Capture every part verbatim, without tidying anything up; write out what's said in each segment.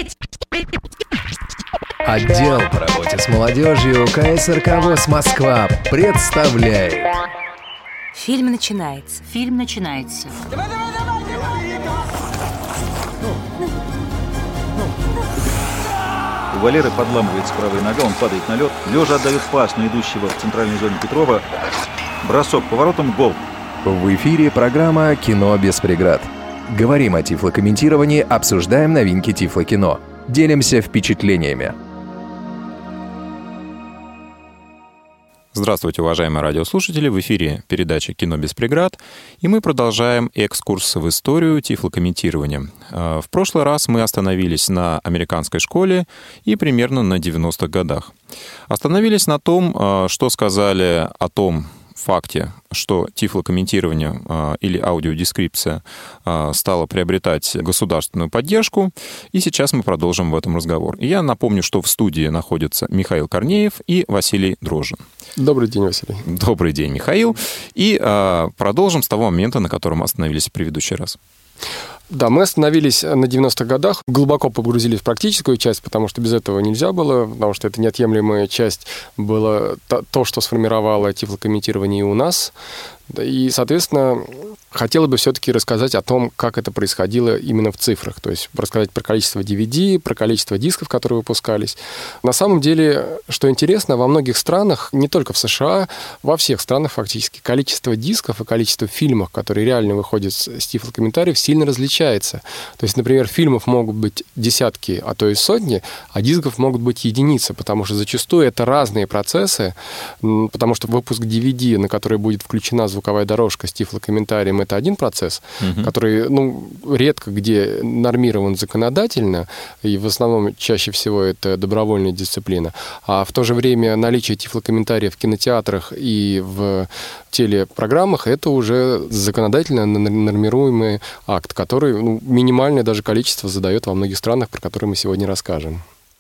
Отдел по работе с молодежью ка эс эр ка ВОС Москва представляет. Фильм начинается. Фильм начинается. Давай, давай, давай, У Валеры подламывается правая нога, он падает на лед. Лежа отдает пас на идущего в центральной зоне Петрова. Бросок поворотом, гол. В эфире программа «Кино без преград». Говорим о тифлокомментировании, обсуждаем новинки тифлокино. Делимся впечатлениями. Здравствуйте, уважаемые радиослушатели! В эфире передача «Кино без преград», и мы продолжаем экскурс в историю тифлокомментирования. В прошлый раз мы остановились на американской школе и примерно на девяностых годах. Остановились на том, что сказали о том факте, что тифлокомментирование э, или аудиодескрипция э, стало приобретать государственную поддержку, и сейчас мы продолжим в этом разговор. И я напомню, что в студии находятся Михаил Корнеев и Василий Дрожжин. Добрый день, Василий. Добрый день, Михаил. И э, продолжим с того момента, на котором остановились в предыдущий раз. Да, мы остановились на девяностых годах, глубоко погрузились в практическую часть, потому что без этого нельзя было, потому что это неотъемлемая часть была то, что сформировало тифлокомментирование и у нас. И, соответственно, хотелось бы все-таки рассказать о том, как это происходило именно в цифрах. То есть рассказать про количество ди ви ди, про количество дисков, которые выпускались. На самом деле, что интересно, во многих странах, не только в США, во всех странах фактически, количество дисков и количество фильмов, которые реально выходят с тифлокомментариев, сильно различается. То есть, например, фильмов могут быть десятки, а то и сотни, а дисков могут быть единицы, потому что зачастую это разные процессы, потому что выпуск ди ви ди, на который будет включена звуковая дорожка с тифлокомментарием, это один процесс, uh-huh. который, ну, редко где нормирован законодательно, и в основном чаще всего это добровольная дисциплина. А в то же время наличие тифлокомментариев в кинотеатрах и в телепрограммах это уже законодательно нормируемый акт, который, ну, минимальное даже количество задает во многих странах, про которые мы сегодня расскажем.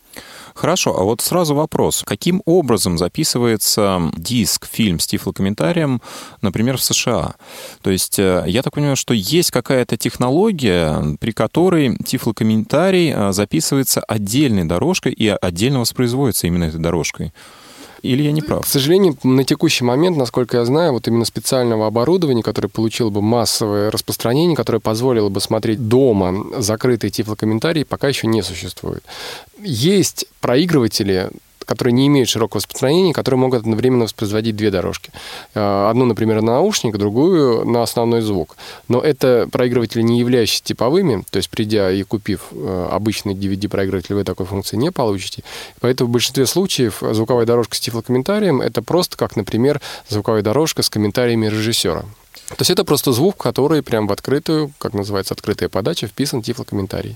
Хорошо, а вот сразу вопрос. Каким образом записывается диск, фильм с тифлокомментарием, например, в США? То есть я так понимаю, что есть какая-то технология, при которой тифлокомментарий записывается отдельной дорожкой и отдельно воспроизводится именно этой дорожкой. Или я не прав? К сожалению, на текущий момент, насколько я знаю, вот именно специального оборудования, которое получило бы массовое распространение, которое позволило бы смотреть дома закрытые тифлокомментарии, пока еще не существует. Есть проигрыватели, которые не имеют широкого распространения, которые могут одновременно воспроизводить две дорожки. Одну, например, на наушник, другую на основной звук. Но это проигрыватели, не являющиеся типовыми, то есть придя и купив обычный ди ви ди-проигрыватель, вы такой функции не получите. Поэтому в большинстве случаев звуковая дорожка с тифлокомментарием — это просто как, например, звуковая дорожка с комментариями режиссера. То есть это просто звук, который прям в открытую, как называется, открытая подача, вписан тифлокомментарий.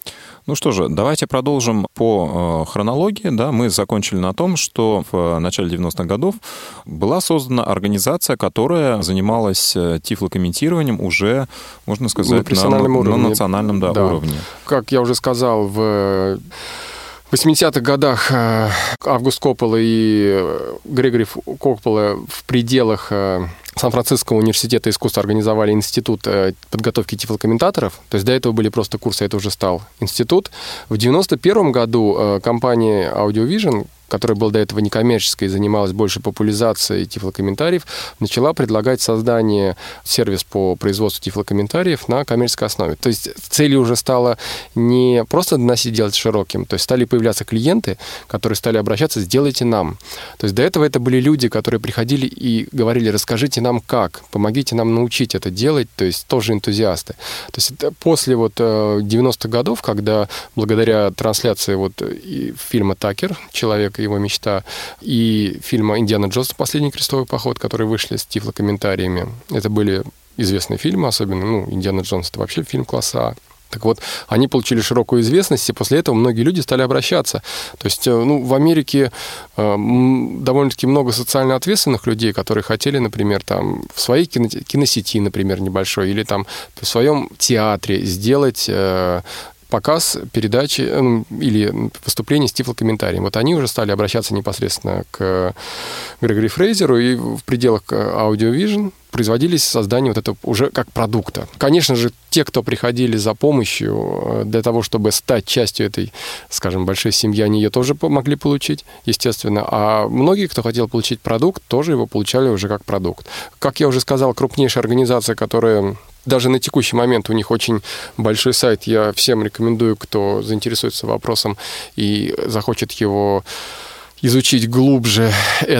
Ну что же, давайте продолжим по э, хронологии. Да, мы закончили на том, что в начале девяностых годов была создана организация, которая занималась тифлокомментированием уже, можно сказать, на, на, на национальном да, да. уровне. Как я уже сказал, в восьмидесятых годах Август Коппола и Грегори Коппола в пределах Сан-Франциского университета искусств организовали институт подготовки тифлокомментаторов. То есть до этого были просто курсы, это уже стал институт. В девяносто первом году компания Audio Vision, которая была до этого некоммерческой и занималась больше популяризацией тифлокомментариев, начала предлагать создание сервиса по производству тифлокомментариев на коммерческой основе. То есть целью уже стало не просто доносить, делать широким, то есть стали появляться клиенты, которые стали обращаться: сделайте нам. То есть до этого это были люди, которые приходили и говорили: расскажите нам как, помогите нам научить это делать, то есть тоже энтузиасты. То есть после вот девяностых годов, когда благодаря трансляции вот фильма «Такер», «Человек и его мечта», и фильма «Индиана Джонс. Последний крестовый поход», которые вышли с тифлокомментариями. Это были известные фильмы, особенно, ну, «Индиана Джонс» — это вообще фильм класса А. Так вот, они получили широкую известность, и после этого многие люди стали обращаться. То есть, ну, в Америке э, довольно-таки много социально ответственных людей, которые хотели, например, там, в своей кино- киносети, например, небольшой, или там в своем театре сделать э, показ передачи ну, или выступления с тифлокомментарием. Вот они уже стали обращаться непосредственно к Грегори Фрейзеру, и в пределах Audio Vision производились создание вот этого уже как продукта. Конечно же, те, кто приходили за помощью для того, чтобы стать частью этой, скажем, большой семьи, они ее тоже могли получить, естественно. А многие, кто хотел получить продукт, тоже его получали уже как продукт. Как я уже сказал, крупнейшая организация, которая... Даже на текущий момент у них очень большой сайт. Я всем рекомендую, кто заинтересуется вопросом и захочет его изучить глубже.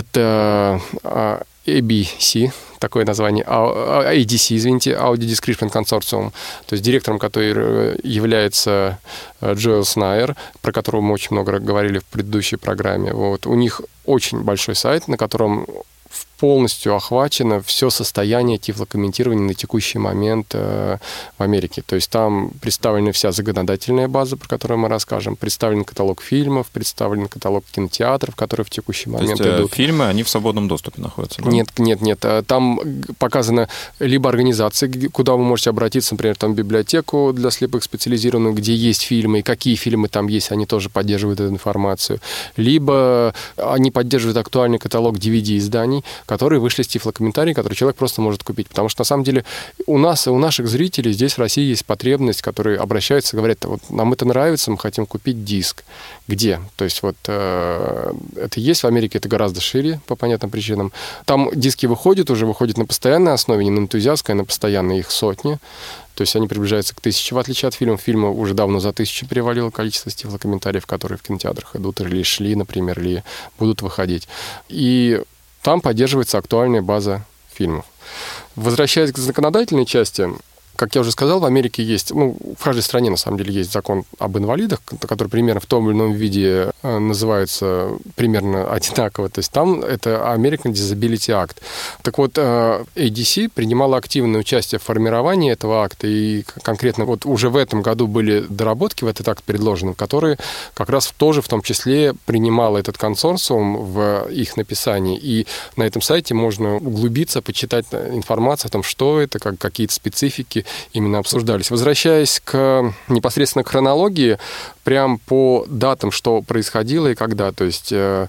Это эй би си, такое название, эй ди си, извините, Audio Description Consortium, то есть директором который является Джоэл Снайер, про которого мы очень много говорили в предыдущей программе. Вот. У них очень большой сайт, на котором полностью охвачено все состояние тифлокомментирования на текущий момент э, в Америке. То есть там представлена вся законодательная база, про которую мы расскажем, представлен каталог фильмов, представлен каталог кинотеатров, которые в текущий момент То есть, идут. Фильмы, они в свободном доступе находятся, да? Нет, нет, нет. Там показано либо организации, куда вы можете обратиться, например, там библиотеку для слепых специализированную, где есть фильмы, и какие фильмы там есть, они тоже поддерживают эту информацию. Либо они поддерживают актуальный каталог ди ви ди-изданий, которые вышли с тифлокомментарием, который человек просто может купить. Потому что, на самом деле, у нас и у наших зрителей здесь в России есть потребность, которые обращаются, говорят, вот нам это нравится, мы хотим купить диск. Где? То есть вот э, это есть в Америке, это гораздо шире, по понятным причинам. Там диски выходят, уже выходят на постоянной основе, не на энтузиастской, а на постоянной, их сотни. То есть они приближаются к тысяче, в отличие от фильмов. Фильмы уже давно за тысячу перевалило количество тифлокомментариев, которые в кинотеатрах идут или шли, например, или будут выходить. И там поддерживается актуальная база фильмов. Возвращаясь к законодательной части, как я уже сказал, в Америке есть, ну, в каждой стране, на самом деле, есть закон об инвалидах, который примерно в том или ином виде называется примерно одинаково. То есть там это American Disability Act. Так вот, эй ди си принимала активное участие в формировании этого акта, и конкретно вот уже в этом году были доработки в этот акт предложены, которые как раз тоже в том числе принимала этот консорциум в их написании. И на этом сайте можно углубиться, почитать информацию о том, что это, как, какие-то специфики именно обсуждались. Возвращаясь к непосредственно к хронологии, прям по датам, что происходило и когда. То есть э,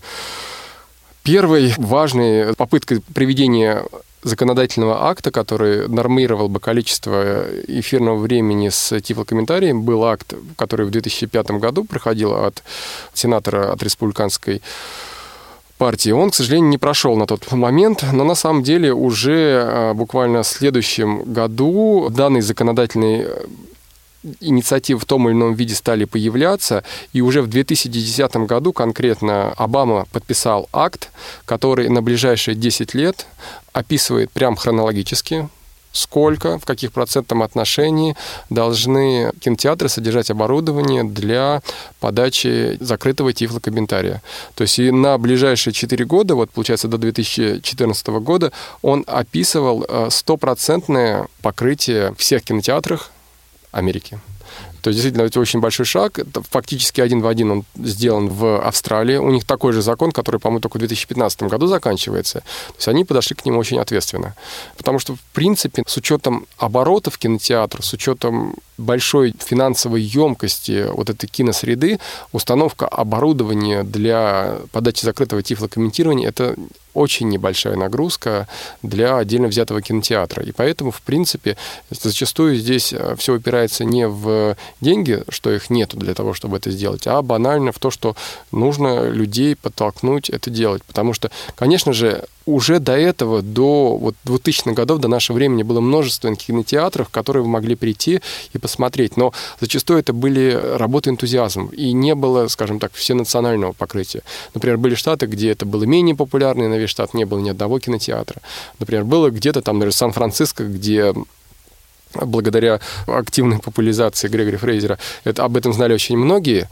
первой важной попыткой приведения законодательного акта, который нормировал бы количество эфирного времени с тифлокомментарием, был акт, который в две тысячи пятом году проходил от сенатора от республиканской партии. Он, к сожалению, не прошел на тот момент, но на самом деле уже буквально в следующем году данные законодательные инициативы в том или ином виде стали появляться, и уже в две тысячи десятом году конкретно Обама подписал акт, который на ближайшие десять лет описывает прям хронологически, сколько, в каких процентном отношении должны кинотеатры содержать оборудование для подачи закрытого тифлокомментария. То есть и на ближайшие четыре года, вот получается до две тысячи четырнадцатого года, он описывал стопроцентное покрытие всех кинотеатров Америки. То есть, действительно, это очень большой шаг. Это фактически один в один он сделан в Австралии. У них такой же закон, который, по-моему, только в две тысячи пятнадцатом году заканчивается. То есть они подошли к нему очень ответственно. Потому что, в принципе, с учетом оборотов кинотеатра, с учетом большой финансовой емкости вот этой киносреды, установка оборудования для подачи закрытого тифлокомментирования — это очень небольшая нагрузка для отдельно взятого кинотеатра. И поэтому, в принципе, зачастую здесь все упирается не в деньги, что их нету для того, чтобы это сделать, а банально в то, что нужно людей подтолкнуть это делать. Потому что, конечно же, уже до этого, до вот, двухтысячных годов, до нашего времени, было множество кинотеатров, в которые вы могли прийти и посмотреть. Но зачастую это были работы энтузиазмом. И не было, скажем так, всенационального покрытия. Например, были штаты, где это было менее популярно, и на весь штат не было ни одного кинотеатра. Например, было где-то там, например, Сан-Франциско, где благодаря активной популяризации Грегори Фрейзера это, об этом знали очень многие,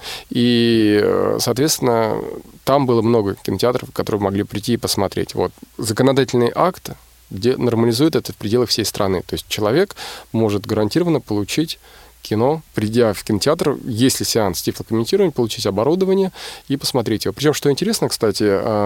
и, соответственно, там было много кинотеатров, которые могли прийти и посмотреть. Вот. Законодательный акт, где нормализует это в пределах всей страны. То есть человек может гарантированно получить кино, придя в кинотеатр, если сеанс тифлокомментирования, получить оборудование и посмотреть его. Причем, что интересно, кстати,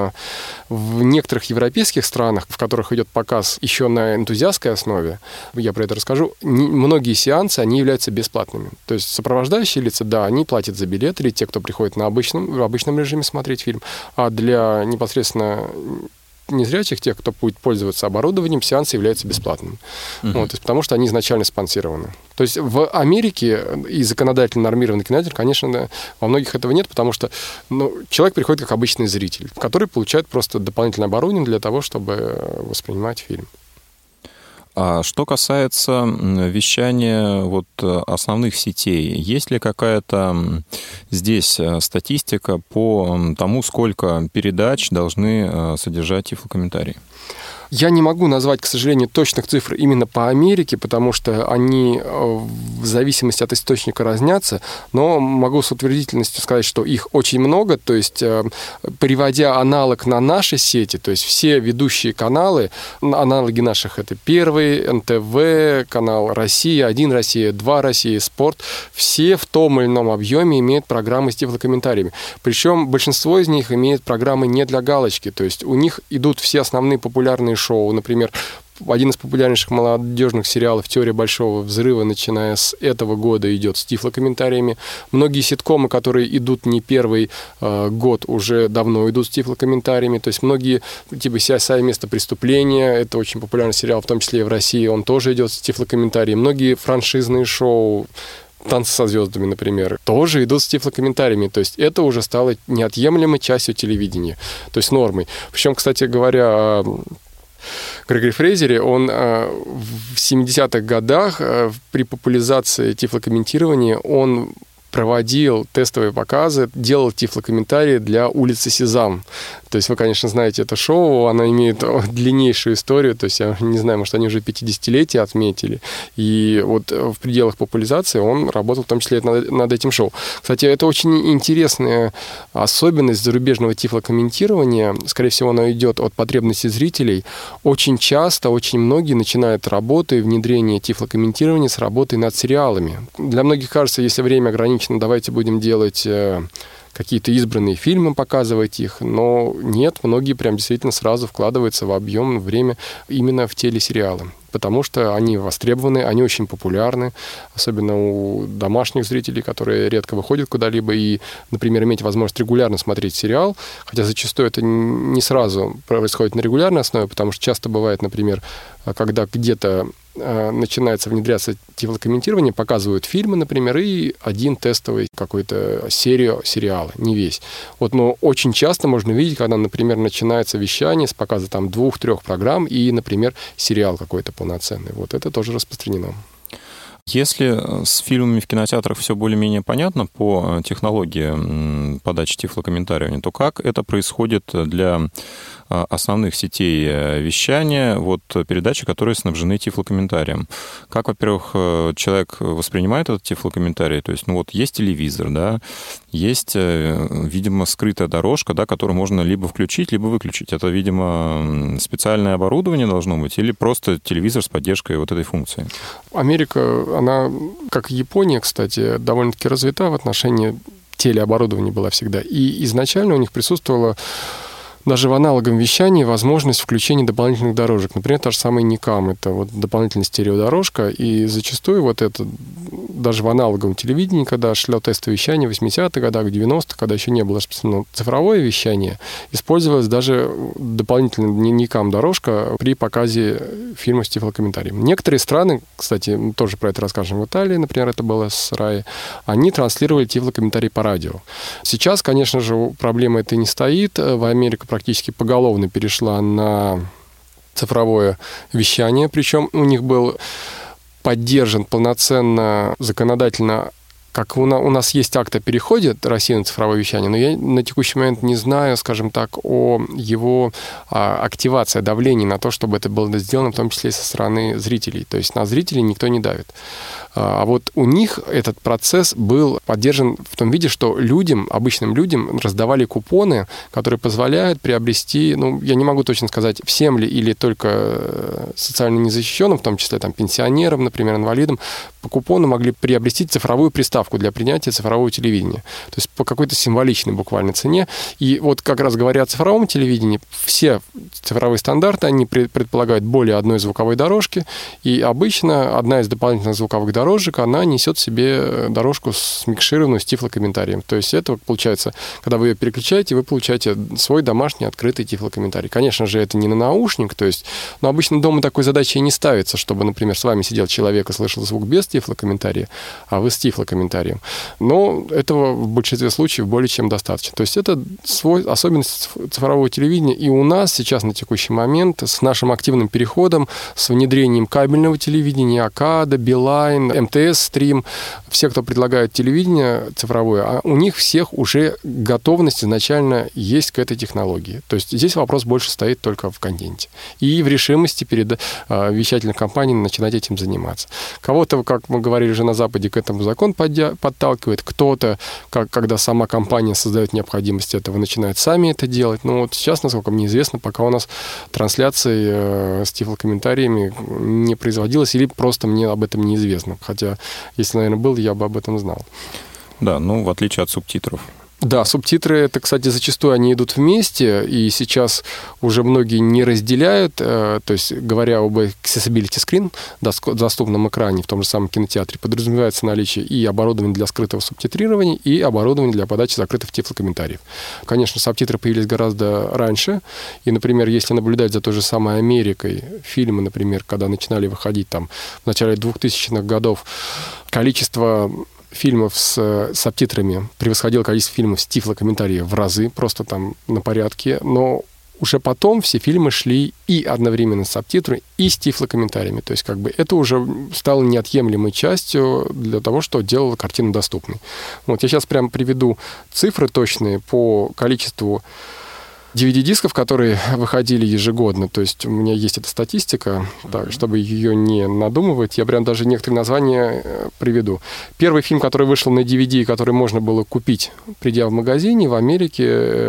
в некоторых европейских странах, в которых идет показ еще на энтузиастской основе, я про это расскажу, многие сеансы, они являются бесплатными. То есть сопровождающие лица, да, они платят за билет, или те, кто приходит на обычном, в обычном режиме смотреть фильм, а для непосредственно незрячих, тех, кто будет пользоваться оборудованием, сеанс является бесплатным. Uh-huh. Вот, то есть, потому что они изначально спонсированы. То есть в Америке и законодательно нормированный кинотеатр, конечно, да, во многих этого нет, потому что ну, человек приходит как обычный зритель, который получает просто дополнительное оборудование для того, чтобы воспринимать фильм. А что касается вещания вот основных сетей, есть ли какая-то здесь статистика по тому, сколько передач должны содержать тифлокомментарии? Я не могу назвать, к сожалению, точных цифр именно по Америке, потому что они в зависимости от источника разнятся, но могу с утвердительностью сказать, что их очень много, то есть переводя аналог на наши сети, то есть все ведущие каналы, аналоги наших это Первый, эн тэ вэ, канал Россия, один Россия, два Россия, Спорт, все в том или ином объеме имеют программы с тифлокомментариями. Причем большинство из них имеют программы не для галочки, то есть у них идут все основные популярные шоу. Например, один из популярнейших молодежных сериалов «Теория большого взрыва», начиная с этого года, идет с тифлокомментариями. Многие ситкомы, которые идут не первый э, год, уже давно идут с тифлокомментариями. То есть многие, типа «Си эс ай. Место преступления», это очень популярный сериал, в том числе и в России, он тоже идет с тифлокомментариями. Многие франшизные шоу, «Танцы со звездами», например, тоже идут с тифлокомментариями. То есть это уже стало неотъемлемой частью телевидения, то есть нормой. Причем, кстати говоря, Грегори Фрейзере, он э, в семидесятых годах э, при популяризации тифлокомментирования он проводил тестовые показы, делал тифлокомментарии для «Улицы Сезам». То есть вы, конечно, знаете это шоу, оно имеет длиннейшую историю, то есть я не знаю, может, они уже пятидесятилетие отметили. И вот в пределах популяризации он работал в том числе над, над этим шоу. Кстати, это очень интересная особенность зарубежного тифлокомментирования. Скорее всего, она идет от потребностей зрителей. Очень часто, очень многие начинают работу и внедрение тифлокомментирования с работой над сериалами. Для многих кажется, если время ограничено, давайте будем делать какие-то избранные фильмы, показывать их, но нет, многие прям действительно сразу вкладываются в объем, время именно в телесериалы, потому что они востребованы, они очень популярны, особенно у домашних зрителей, которые редко выходят куда-либо, и, например, иметь возможность регулярно смотреть сериал, хотя зачастую это не сразу происходит на регулярной основе, потому что часто бывает, например, когда где-то начинается внедряться тифлокомментирование, показывают фильмы, например, и один тестовый какой-то серию сериала, не весь. Вот, но очень часто можно видеть, когда, например, начинается вещание с показа там двух-трех программ и, например, сериал какой-то полноценный. Вот это тоже распространено. Если с фильмами в кинотеатрах все более-менее понятно по технологии подачи тифлокомментариев, то как это происходит для основных сетей вещания, вот передачи, которые снабжены тифлокомментарием? Как, во-первых, человек воспринимает этот тифлокомментарий? То есть, ну вот есть телевизор, да, есть, видимо, скрытая дорожка, да, которую можно либо включить, либо выключить. Это, видимо, специальное оборудование должно быть или просто телевизор с поддержкой вот этой функции? Америка, она, как Япония, кстати, довольно-таки развита в отношении телеоборудования была всегда. И изначально у них присутствовала даже в аналоговом вещании возможность включения дополнительных дорожек. Например, та же самая Никам, это вот дополнительная стереодорожка, и зачастую вот это даже в аналоговом телевидении, когда шло тестовое вещание в восьмидесятых годах, в девяностых, когда еще не было распространено цифровое вещание, использовалась даже дополнительная Никам-дорожка при показе фильма с тифлокомментарием. Некоторые страны, кстати, мы тоже про это расскажем, в Италии, например, это было с РАИ, они транслировали тифлокомментарий по радио. Сейчас, конечно же, проблема этой не стоит. В Америке практически поголовно перешла на цифровое вещание, причем у них был поддержан полноценно законодательно как у, на, у нас есть акт о переходе России на цифровое вещание, но я на текущий момент не знаю, скажем так, о его а, активации, давлении на то, чтобы это было сделано, в том числе и со стороны зрителей. То есть на зрителей никто не давит. А вот у них этот процесс был поддержан в том виде, что людям, обычным людям раздавали купоны, которые позволяют приобрести, ну, я не могу точно сказать, всем ли или только социально незащищенным, в том числе там, пенсионерам, например, инвалидам, по купону могли приобрести цифровую приставку для принятия цифрового телевидения. То есть по какой-то символичной буквально цене. И вот как раз говоря о цифровом телевидении, все цифровые стандарты, они предполагают более одной звуковой дорожки, и обычно одна из дополнительных звуковых дорожек, она несет в себе дорожку смикшированную с тифлокомментарием. То есть это получается, когда вы ее переключаете, вы получаете свой домашний открытый тифлокомментарий. Конечно же, это не на наушник, то есть, но обычно дома такой задачи и не ставится, чтобы, например, с вами сидел человек и слышал звук без тифлокомментария, а вы с тифлокомментарием. Но этого в большинстве случаев более чем достаточно. То есть это свой, особенность цифрового телевидения. И у нас сейчас на текущий момент с нашим активным переходом, с внедрением кабельного телевидения, Акада, Билайн, эм тэ эс-стрим, все, кто предлагает телевидение цифровое, а у них всех уже готовность изначально есть к этой технологии. То есть здесь вопрос больше стоит только в контенте и в решимости перед а, вещательной компанией начинать этим заниматься. Кого-то, как мы говорили уже на Западе, к этому закон поддя- подталкивает, кто-то, как, когда сама компания создает необходимость этого, начинает сами это делать. Но вот сейчас, насколько мне известно, пока у нас трансляции э, с тифлокомментариями не производилось, или просто мне об этом неизвестно. Хотя, если, наверное, был, я бы об этом знал. Да, ну, в отличие от субтитров. Да, субтитры, это, кстати, зачастую они идут вместе, и сейчас уже многие не разделяют, э, то есть, говоря об accessibility screen, доступном экране в том же самом кинотеатре, подразумевается наличие и оборудования для скрытого субтитрирования, и оборудования для подачи закрытых тифлокомментариев. Конечно, субтитры появились гораздо раньше, и, например, если наблюдать за той же самой Америкой, фильмы, например, когда начинали выходить там в начале двухтысячных годов, количество фильмов с субтитрами превосходило количество фильмов с тифлокомментарием в разы, просто там на порядке, но уже потом все фильмы шли и одновременно с субтитрами, и с тифлокомментариями. То есть как бы это уже стало неотъемлемой частью для того, что делало картину доступной. Вот я сейчас прямо приведу цифры точные по количеству ди ви ди-дисков, которые выходили ежегодно. То есть у меня есть эта статистика, так, чтобы ее не надумывать, я прям даже некоторые названия приведу. Первый фильм, который вышел на ди ви ди, который можно было купить, придя в магазине в Америке,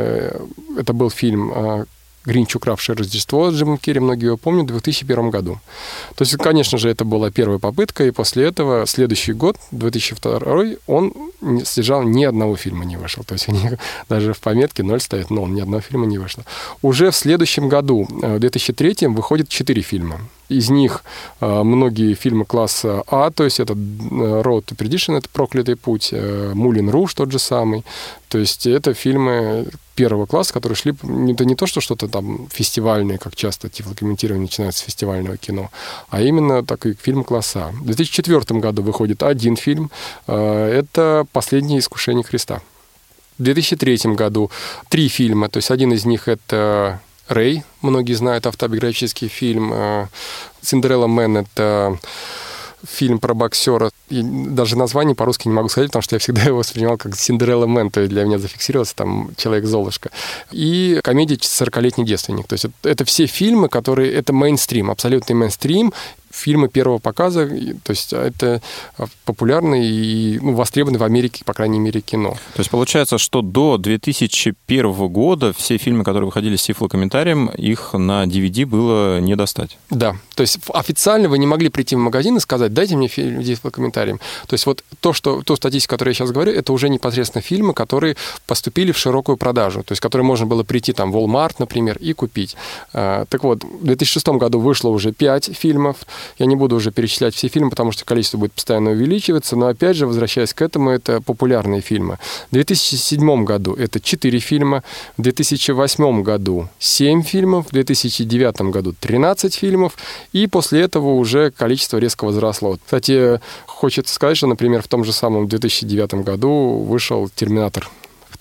это был фильм «Гринч, укравший Рождество» с Джимом Керри, многие его помнят, в две тысячи первом году. То есть, конечно же, это была первая попытка, и после этого следующий год, две тысячи второй, он содержал ни одного фильма не вышел. То есть, они даже в пометке ноль стоят, но он ни одного фильма не вышло. Уже в следующем году, в две тысячи третьем, выходит четыре фильма. Из них э, многие фильмы класса А, то есть это Road to Perdition, это «Проклятый путь», э, «Мулен Руж» тот же самый. То есть это фильмы первого класса, которые шли... Это не то, что что-то там фестивальное, как часто тифлокомментирование начинается с фестивального кино, а именно такой фильм класса А. В две тысячи четвёртом году выходит один фильм. Э, это «Последнее искушение Христа». В две тысячи третьем году три фильма. То есть один из них это... «Рэй», многие знают, автобиографический фильм. «Синдерелла Мэн» — это фильм про боксера. И даже название по-русски не могу сказать, потому что я всегда его воспринимал как «Синдерелла Мэн», то есть для меня зафиксировался там «Человек-Золушка». И комедия «сорокалетний девственник». То есть это, это все фильмы, которые... Это мейнстрим, абсолютный мейнстрим. Фильмы первого показа, то есть это популярный и ну, востребованный в Америке, по крайней мере, кино. То есть получается, что до две тысячи первого года все фильмы, которые выходили с тифлокомментарием, их на ди ви ди было не достать? Да, то есть официально вы не могли прийти в магазин и сказать, дайте мне фильм с тифлокомментарием. То есть вот то, что, ту статистику, которую я сейчас говорю, это уже непосредственно фильмы, которые поступили в широкую продажу, то есть которые можно было прийти там в Walmart, например, и купить. Так вот, в две тысячи шестом году вышло уже пять фильмов. Я не буду уже перечислять все фильмы, потому что количество будет постоянно увеличиваться, но опять же, возвращаясь к этому, это популярные фильмы. В две тысячи седьмом году это четыре фильма, в две тысячи восьмом году семь фильмов, в две тысячи девятом году тринадцать фильмов, и после этого уже количество резко возросло. Кстати, хочется сказать, что, например, в том же самом две тысячи девятом году вышел «Терминатор».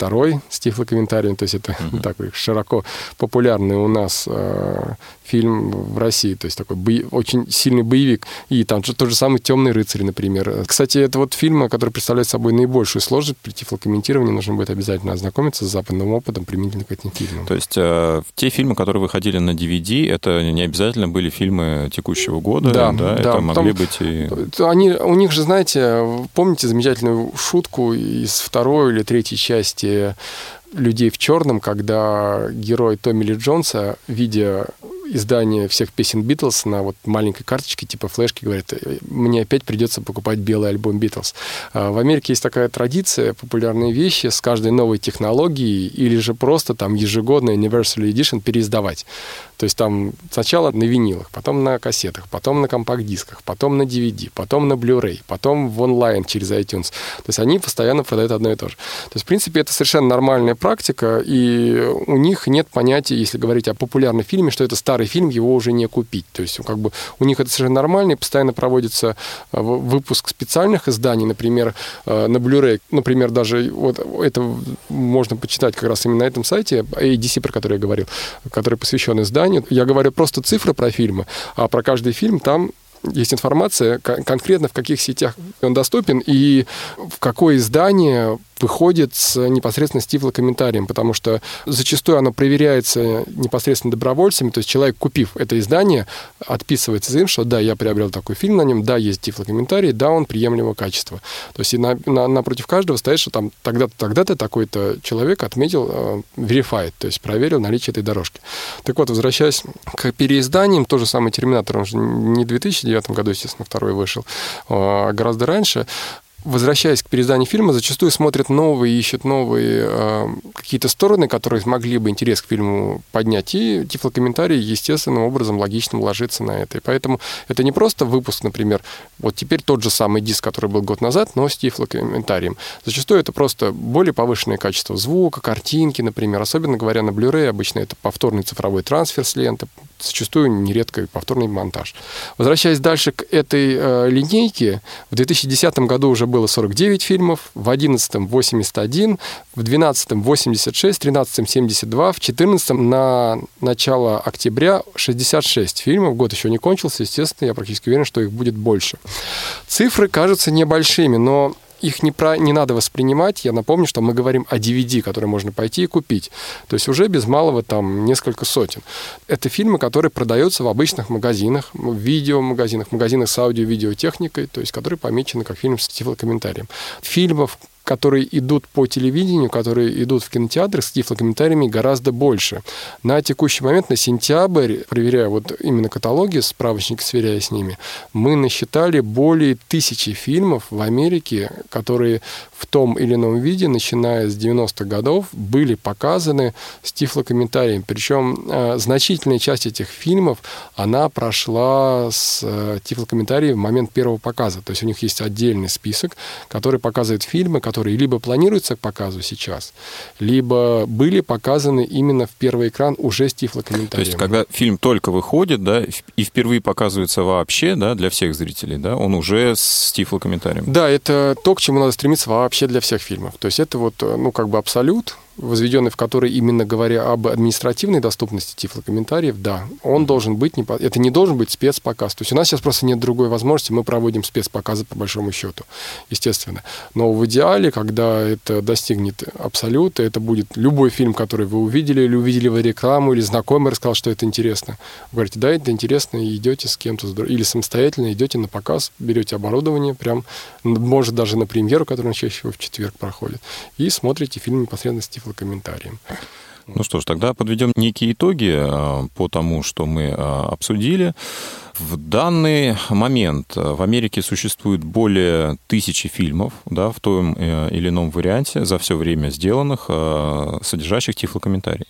второй с тифлокомментарием. То есть это mm-hmm. такой широко популярный у нас э, фильм в России. То есть такой бои- очень сильный боевик. И там же тот же самый «Темный рыцарь», например. Кстати, это вот фильм, который представляет собой наибольшую сложность при тифлокомментировании. Нужно будет обязательно ознакомиться с западным опытом применительно к этим фильмам. То есть э, те фильмы, которые выходили на ди ви ди, это не обязательно были фильмы текущего года? Да, да, да. Это могли Там, быть и... Они, у них же, знаете, помните замечательную шутку из второй или третьей части «Людей в черном», когда герой Томми Ли Джонса, видя издание всех песен Битлз на вот маленькой карточке типа флешки, говорит: мне опять придется покупать белый альбом Битлз. В Америке есть такая традиция, популярные вещи с каждой новой технологией или же просто там ежегодно Anniversary Edition переиздавать. То есть там сначала на винилах, потом на кассетах, потом на компакт-дисках, потом на ди ви ди, потом на Blu-ray, потом в онлайн через iTunes. То есть они постоянно продают одно и то же. То есть, в принципе, это совершенно нормальная практика, и у них нет понятия, если говорить о популярном фильме, что это старый фильм, его уже не купить. То есть как бы у них это совершенно нормально, и постоянно проводится выпуск специальных изданий, например, на Blu-ray. Например, даже вот это можно почитать как раз именно на этом сайте эй ди си, про который я говорил, который посвящен изданию. Я говорю просто цифры про фильмы, а про каждый фильм там есть информация конкретно, в каких сетях он доступен и в какое издание выходит с, непосредственно с тифлокомментарием, потому что зачастую оно проверяется непосредственно добровольцами, то есть человек, купив это издание, отписывается им, что да, я приобрел такой фильм на нем, да, есть тифлокомментарий, да, он приемлемого качества. То есть и на, на, напротив каждого стоит, что там тогда-то, тогда-то такой-то человек отметил, э, verified, то есть проверил наличие этой дорожки. Так вот, возвращаясь к переизданиям, тот же самый «Терминатор», он же не в две тысячи девятом году, естественно, второй вышел, а гораздо раньше. Возвращаясь к переизданию фильма, зачастую смотрят новые, ищут новые э, какие-то стороны, которые могли бы интерес к фильму поднять, и тифлокомментарий естественным образом логично ложится на это. И поэтому это не просто выпуск, например, вот теперь тот же самый диск, который был год назад, но с тифлокомментарием. Зачастую это просто более повышенное качество звука, картинки, например. Особенно говоря на Blu-ray, обычно это повторный цифровой трансфер с ленты, зачастую нередко повторный монтаж. Возвращаясь дальше к этой э, линейке, в две тысячи десятом году уже было сорок девять фильмов, в две тысячи одиннадцатом восемьдесят один, в две тысячи двенадцатом восемьдесят шесть, в две тысячи тринадцатом семьдесят два, в две тысячи четырнадцатом на начало октября шестьдесят шесть фильмов. Год еще не кончился, естественно, я практически уверен, что их будет больше. Цифры кажутся небольшими, но их не, про, не надо воспринимать. Я напомню, что мы говорим о ди ви ди, который можно пойти и купить. То есть уже без малого там несколько сотен. Это фильмы, которые продаются в обычных магазинах, в видеомагазинах, магазинах с аудио-видеотехникой, то есть которые помечены как фильм с тифлокомментарием. Фильмов, которые идут по телевидению, которые идут в кинотеатрах с тифлокомментариями, гораздо больше. На текущий момент, на сентябрь, проверяя вот именно каталоги, справочники, сверяя с ними, мы насчитали более тысячи фильмов в Америке, которые в том или ином виде, начиная с девяностых годов, были показаны с тифлокомментарием. Причем э, значительная часть этих фильмов, она прошла с э, тифлокомментарием в момент первого показа. То есть у них есть отдельный список, который показывает фильмы, которые либо планируются к показу сейчас, либо были показаны именно в первый экран уже с тифлокомментарием. То есть когда фильм только выходит, да, и впервые показывается вообще, да, для всех зрителей, да, он уже с тифлокомментарием. Да, это то, к чему надо стремиться вообще для всех фильмов. То есть это вот, ну, как бы абсолют, возведенный в который, именно говоря об административной доступности тифлокомментариев, да, он должен быть, не, это не должен быть спецпоказ. То есть у нас сейчас просто нет другой возможности, мы проводим спецпоказы по большому счету, естественно. Но в идеале, когда это достигнет абсолюта, это будет любой фильм, который вы увидели, или увидели вы рекламу, или знакомый рассказал, что это интересно. Вы говорите, да, это интересно, и идете с кем-то, или самостоятельно идете на показ, берете оборудование, прям, может, даже на премьеру, которая чаще всего в четверг проходит, и смотрите фильм непосредственно с тифлокомментарием. Ну что ж, тогда подведем некие итоги по тому, что мы обсудили. В данный момент в Америке существует более тысячи фильмов, да, в том или ином варианте за все время сделанных, содержащих тифлокомментарий.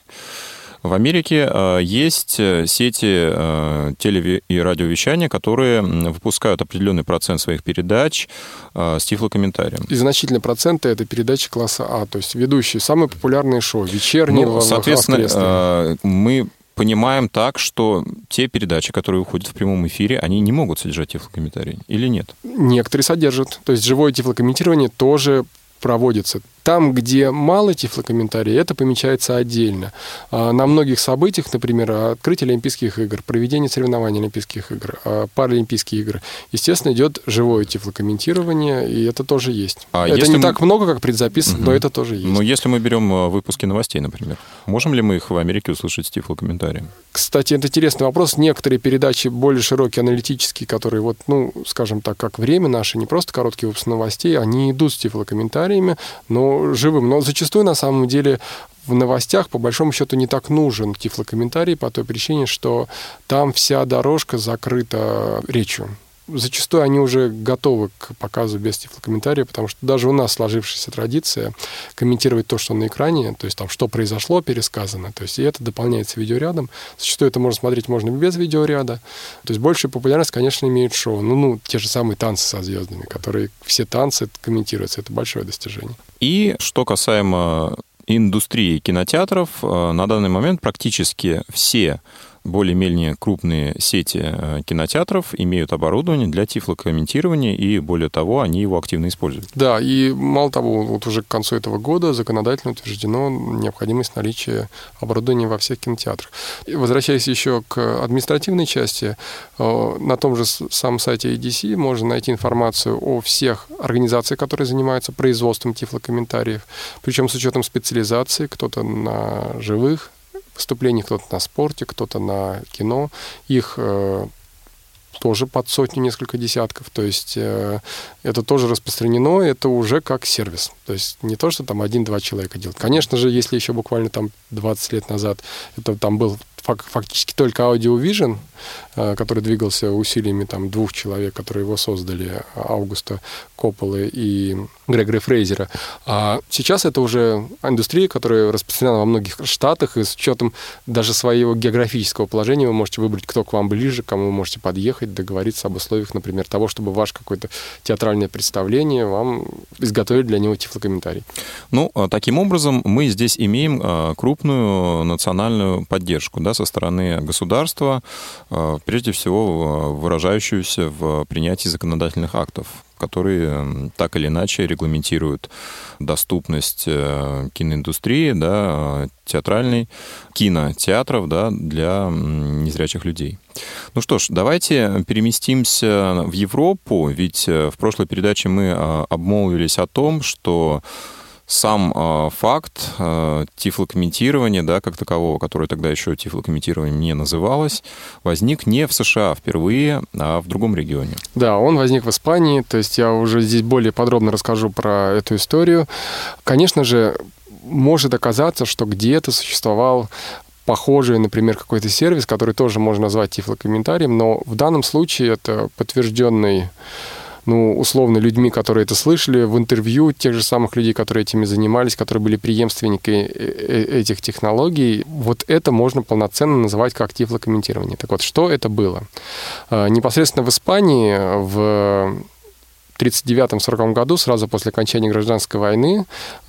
В Америке есть сети теле- и радиовещания, которые выпускают определенный процент своих передач с тифлокомментарием. И значительный процент — это передачи класса А, то есть ведущие самые популярные шоу, вечерние, ну, соответственно, мы понимаем так, что те передачи, которые выходят в прямом эфире, они не могут содержать тифлокомментарий или нет? Некоторые содержат. То есть живое тифлокомментирование тоже проводится. Там, где мало тифлокомментария, это помечается отдельно. На многих событиях, например, открытие Олимпийских игр, проведение соревнований Олимпийских игр, Паралимпийские игры, естественно, идет живое тифлокомментирование, и это тоже есть. А это не мы... так много, как предзаписано, угу. но это тоже есть. Но если мы берем выпуски новостей, например, можем ли мы их в Америке услышать с тифлокомментарием? Кстати, это интересный вопрос. Некоторые передачи более широкие, аналитические, которые, вот, ну, скажем так, как «Время» наше, не просто короткие выпуски новостей, они идут с тифлокомментариями, но живым. Но зачастую, на самом деле, в новостях, по большому счету, не так нужен тифлокомментарий по той причине, что там вся дорожка закрыта речью. Зачастую они уже готовы к показу без тифлокомментария, потому что даже у нас сложившаяся традиция комментировать то, что на экране, то есть там, что произошло, пересказано, то есть и это дополняется видеорядом. Зачастую это можно смотреть можно без видеоряда. То есть большую популярность, конечно, имеют шоу. Ну, ну, те же самые танцы со звездами, которые все танцы комментируются. Это большое достижение. И что касаемо индустрии кинотеатров, на данный момент практически все более-менее крупные сети кинотеатров имеют оборудование для тифлокомментирования, и более того, они его активно используют. Да, и мало того, вот уже к концу этого года законодательно утверждено необходимость наличия оборудования во всех кинотеатрах. И возвращаясь еще к административной части, на том же самом сайте эй ди си можно найти информацию о всех организациях, которые занимаются производством тифлокомментариев, причем с учетом специализации, кто-то на живых выступлений, кто-то на спорте, кто-то на кино. Их э, тоже под сотню, несколько десятков. То есть э, это тоже распространено, это уже как сервис. То есть не то, что там один-два человека делают. Конечно же, если еще буквально там двадцать лет назад это там был фактически только аудиовижн, который двигался усилиями там, двух человек, которые его создали, Аугуста Копполы и Грегори Фрейзера. А сейчас это уже индустрия, которая распространена во многих штатах, и с учетом даже своего географического положения вы можете выбрать, кто к вам ближе, к кому вы можете подъехать, договориться об условиях, например, того, чтобы ваше какое-то театральное представление вам изготовили для него тифлокомментарий. Ну, таким образом, мы здесь имеем крупную национальную поддержку, да, со стороны государства, прежде всего выражающуюся в принятии законодательных актов, которые так или иначе регламентируют доступность киноиндустрии, да, театральной, кинотеатров, да, для незрячих людей. Ну что ж, давайте переместимся в Европу, ведь в прошлой передаче мы обмолвились о том, что сам э, факт э, тифлокомментирования, да, как такового, которое тогда еще тифлокомментированием не называлось, возник не в США впервые, а в другом регионе. Да, он возник в Испании, то есть я уже здесь более подробно расскажу про эту историю. Конечно же, может оказаться, что где-то существовал похожий, например, какой-то сервис, который тоже можно назвать тифлокомментарием, но в данном случае это подтвержденный, ну, условно, людьми, которые это слышали, в интервью тех же самых людей, которые этими занимались, которые были преемственниками этих технологий, вот это можно полноценно называть как тифлокомментирование. Так вот, что это было? Непосредственно в Испании в тридцать девятом — сороковом году, сразу после окончания гражданской войны,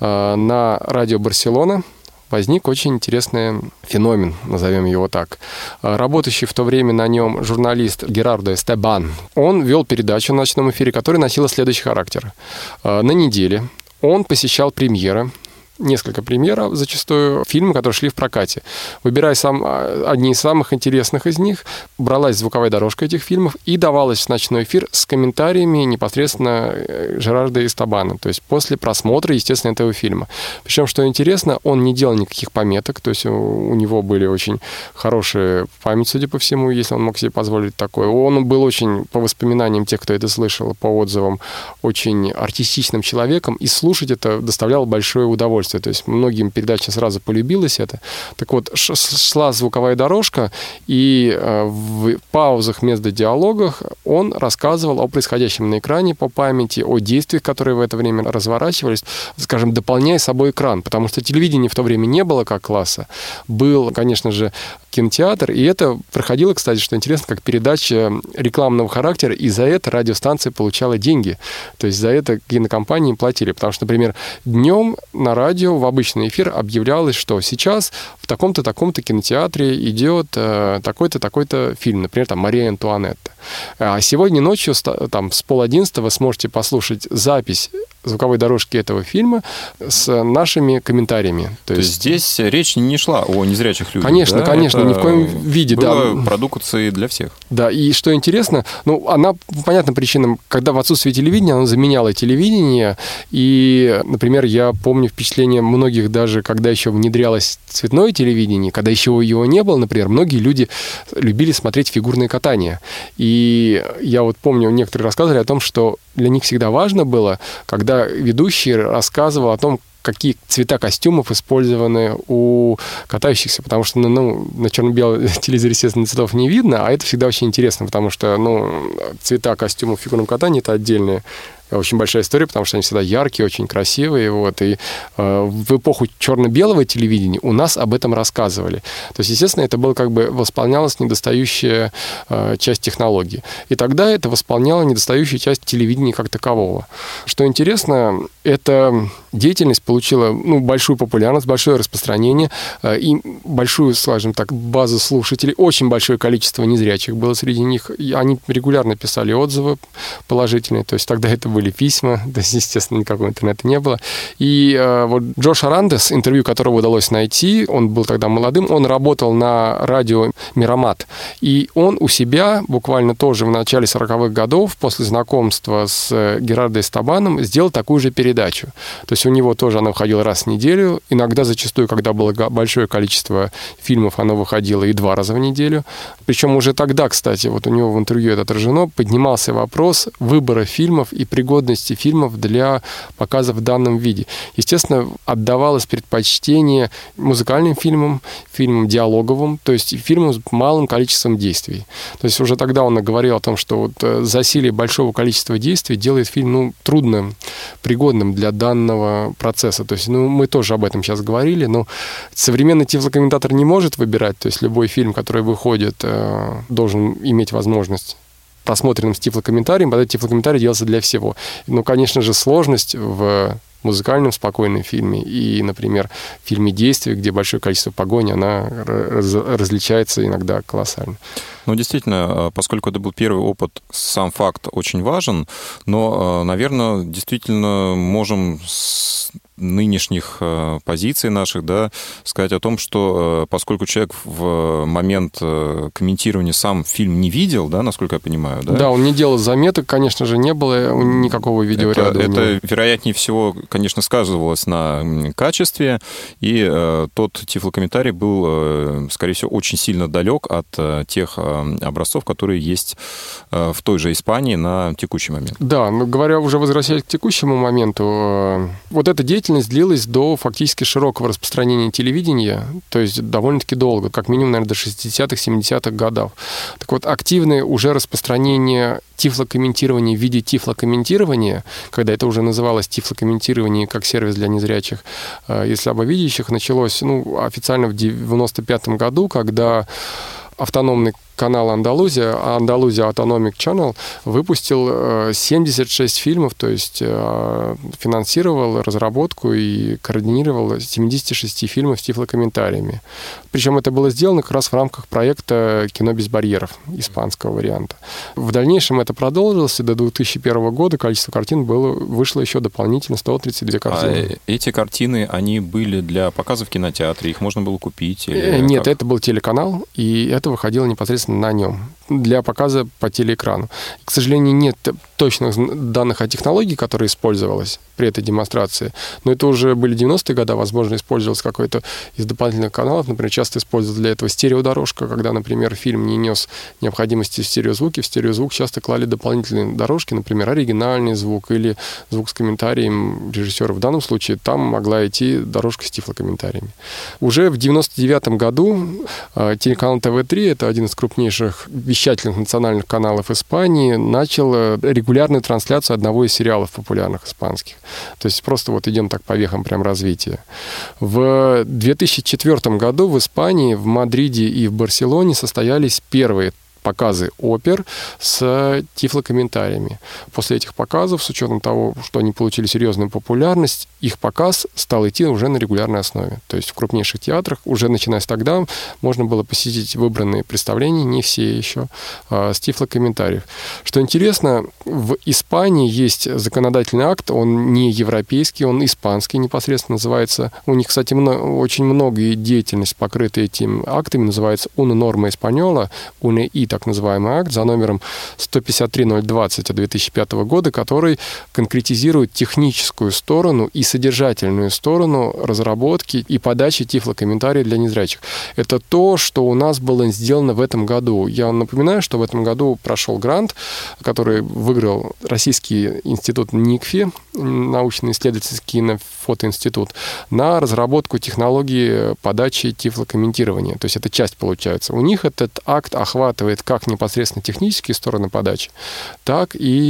на радио «Барселона» возник очень интересный феномен, назовем его так. Работающий в то время на нем журналист Герардо Эстебан, он вел передачу в ночном эфире, которая носила следующий характер. На неделе он посещал премьеры, несколько премьер, зачастую фильмы, которые шли в прокате. Выбирая сам, одни из самых интересных из них, бралась звуковая дорожка этих фильмов и давалась в ночной эфир с комментариями непосредственно Жерарда Эстебана, то есть после просмотра, естественно, этого фильма. Причем, что интересно, он не делал никаких пометок, то есть у, у него были очень хорошая память, судя по всему, если он мог себе позволить такое. Он был очень, по воспоминаниям тех, кто это слышал, по отзывам, очень артистичным человеком, и слушать это доставляло большое удовольствие. То есть многим передачам сразу полюбилось это. Так вот, шла звуковая дорожка, и в паузах между диалогах он рассказывал о происходящем на экране по памяти, о действиях, которые в это время разворачивались, скажем, дополняя собой экран, потому что телевидения в то время не было как класса. Был, конечно же, кинотеатр, и это проходило, кстати, что интересно, как передача рекламного характера, и за это радиостанция получала деньги. То есть за это кинокомпании платили, потому что, например, днем на радио в обычный эфир объявлялось, что сейчас в таком-то, таком-то кинотеатре идет э, такой-то, такой-то фильм, например, там «Мария Антуанетта». А сегодня ночью там, с пол одиннадцатого вы сможете послушать запись звуковой дорожки этого фильма с нашими комментариями. То, То есть здесь речь не шла о незрячих людях? Конечно, да? конечно, Это ни в коем виде. было да. продукцией для всех. Да, и что интересно, ну, она по понятным причинам, когда в отсутствии телевидения, она заменяла телевидение, и, например, я помню впечатление многих даже, когда еще внедрялось цветное телевидение, когда еще его не было, например, многие люди любили смотреть фигурное катание. И я вот помню, некоторые рассказывали о том, что для них всегда важно было, когда ведущий рассказывал о том, какие цвета костюмов использованы у катающихся, потому что ну, на черно-белом телевизоре, естественно, цветов не видно, а это всегда очень интересно, потому что ну, цвета костюмов в фигурном катании — это отдельная очень большая история, потому что они всегда яркие, очень красивые. Вот, и э, в эпоху черно-белого телевидения у нас об этом рассказывали. То есть, естественно, это было как бы восполнялась недостающая э, часть технологии. И тогда это восполняло недостающую часть телевидения как такового. Что интересно, эта деятельность получила ну, большую популярность, большое распространение э, и большую, скажем так, базу слушателей. Очень большое количество незрячих было среди них. И они регулярно писали отзывы положительные. То есть тогда это были письма, то есть, естественно, никакого интернета не было. И э, вот Джош Арандес, интервью которого удалось найти, он был тогда молодым, он работал на радио Мирамат, и он у себя буквально тоже в начале сороковых годов, после знакомства с Герардо Эстебаном, сделал такую же передачу. То есть у него тоже она выходила раз в неделю, иногда зачастую, когда было большое количество фильмов, оно выходило и два раза в неделю. Причем уже тогда, кстати, вот у него в интервью это отражено, поднимался вопрос выбора фильмов и пригодности фильмов для показа в данном виде. Естественно, отдавалось предпочтение музыкальным фильмам, фильмам диалоговым, то есть фильмам с малым количеством действий. То есть уже тогда он говорил о том, что вот засилие большого количества действий делает фильм ну, трудным, пригодным для данного процесса. То есть ну, мы тоже об этом сейчас говорили, но современный тифлокомментатор не может выбирать, то есть любой фильм, который выходит, должен иметь возможность просмотренным с тифлокомментарием, под этот тифлокомментарий делался для всего. Ну, конечно же, сложность в музыкальном спокойном фильме и, например, в фильме «Действие», где большое количество погони, она раз, различается иногда колоссально. Ну, действительно, поскольку это был первый опыт, сам факт очень важен, но, наверное, действительно можем с нынешних позиций наших, да, сказать о том, что поскольку человек в момент комментирования сам фильм не видел, да, насколько я понимаю, да? Да, он не делал заметок, конечно же, не было никакого видеоряда. Это, это вероятнее всего, конечно, сказывалось на качестве, и э, тот тифлокомментарий был, э, скорее всего, очень сильно далек от э, тех э, образцов, которые есть э, в той же Испании на текущий момент. Да, но говоря уже возвращаясь к текущему моменту, э, вот эта деятельность длилась до фактически широкого распространения телевидения, то есть довольно-таки долго, как минимум, наверное, до шестидесятых, семидесятых годов. Так вот, активное уже распространение тифлокомментирования в виде тифлокомментирования, когда это уже называлось тифлокомментирование как сервис для незрячих, если слабовидящих, началось ну, официально в девяносто пятом году, когда автономный канал «Андалузия», «Андалузия Autonomic Channel», выпустил семьдесят шесть фильмов, то есть финансировал разработку и координировал семьдесят шесть фильмов с тифлокомментариями. Причем это было сделано как раз в рамках проекта «Кино без барьеров», испанского варианта. В дальнейшем это продолжилось, и до две тысячи первого года количество картин было, вышло еще дополнительно сто тридцать две картины. А эти картины, они были для показа в кинотеатре? Их можно было купить? Или Нет, как? Это был телеканал, и это выходило непосредственно на нем для показа по телеэкрану. К сожалению, нет точных данных о технологии, которая использовалась при этой демонстрации, но это уже были девяностые годы, возможно, использовался какой-то из дополнительных каналов, например, часто использовалась для этого стереодорожка, когда, например, фильм не нес необходимости в стереозвуке, в стереозвук часто клали дополнительные дорожки, например, оригинальный звук или звук с комментарием режиссера. В данном случае там могла идти дорожка с тифлокомментариями. Уже в девяносто девятом году телеканал тэ вэ три, это один из крупнейших вещательных национальных каналов Испании, начал регулярную трансляцию одного из сериалов популярных испанских. То есть просто вот идем так по вехам прям развития. В две тысячи четвёртом году в Испании, в Мадриде и в Барселоне состоялись первые показы опер с тифлокомментариями. После этих показов, с учетом того, что они получили серьезную популярность, их показ стал идти уже на регулярной основе. То есть в крупнейших театрах, уже начиная с тогда, можно было посетить выбранные представления, не все еще, с тифлокомментариев. Что интересно, в Испании есть законодательный акт, он не европейский, он испанский непосредственно называется. У них, кстати, много, очень многие деятельность покрыта этими актами, называется «Una norma española», «Una и», так называемый акт, за номером сто пятьдесят три ноль двадцать от две тысячи пятого года, который конкретизирует техническую сторону и содержательную сторону разработки и подачи тифлокомментариев для незрячих. Это то, что у нас было сделано в этом году. Я вам напоминаю, что в этом году прошел грант, который выиграл Российский институт НИКФИ, научно-исследовательский кинофотоинститут, на разработку технологии подачи тифлокомментирования. То есть это часть получается. У них этот акт охватывает как непосредственно технические стороны подачи, так